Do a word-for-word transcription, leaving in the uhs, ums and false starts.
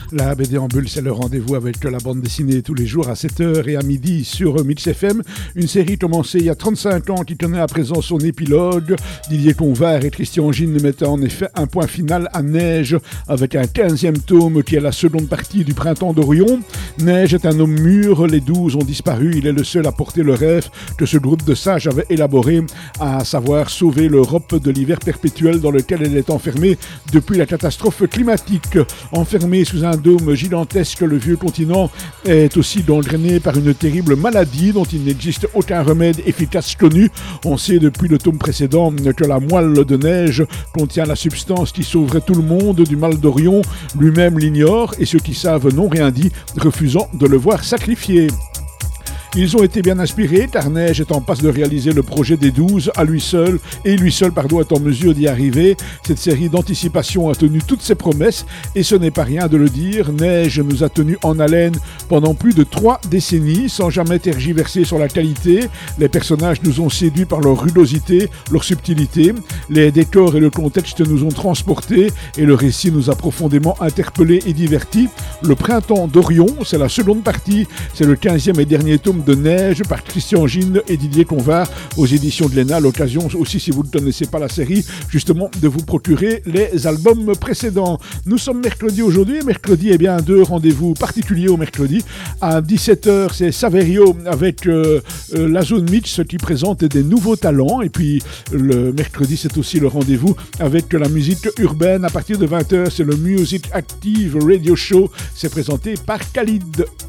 La B D en bulle, c'est le rendez-vous avec la bande dessinée tous les jours à sept heures et à midi sur Mix F M. Une série commencée il y a trente-cinq ans qui tenait à présent son épilogue. Didier Convert et Christian Gine mettaient en effet un point final à Neige avec un quinzième tome qui est la seconde partie du Printemps d'Orion. Neige est un homme mûr, les douze ont disparu, il est le seul à porter le rêve que ce groupe de sages avait élaboré, à savoir sauver l'Europe de l'hiver perpétuel dans lequel elle est enfermée depuis la catastrophe climatique. Enfermée sous un dôme gigantesque, le vieux continent est aussi gangréné par une terrible maladie dont il n'existe aucun remède efficace connu. On sait depuis le tome précédent que la moelle de Neige contient la substance qui sauverait tout le monde du mal d'Orion. Lui-même l'ignore et ceux qui savent n'ont rien dit, refusant de le voir sacrifié. Ils ont été bien inspirés car Neige est en passe de réaliser le projet des douze à lui seul et lui seul pardon, est en mesure d'y arriver. Cette série d'anticipation a tenu toutes ses promesses et ce n'est pas rien de le dire. Neige nous a tenus en haleine pendant plus de trois décennies sans jamais tergiverser sur la qualité. Les personnages nous ont séduits par leur rudosité, leur subtilité. Les décors et le contexte nous ont transportés et le récit nous a profondément interpellés et divertis. Le Printemps d'Orion, c'est la seconde partie, c'est le quinzième et dernier tome de Neige par Christian Gine et Didier Convert aux éditions de l'E N A. L'occasion aussi, si vous ne connaissez pas la série, justement de vous procurer les albums précédents. Nous sommes mercredi aujourd'hui et mercredi, eh bien, deux rendez-vous particuliers au mercredi. À dix-sept heures, c'est Saverio avec euh, euh, la Zone Mix qui présente des nouveaux talents. Et puis le mercredi, c'est aussi le rendez-vous avec la musique urbaine. À partir de vingt heures, c'est le Music Active Radio Show. C'est présenté par Khalid.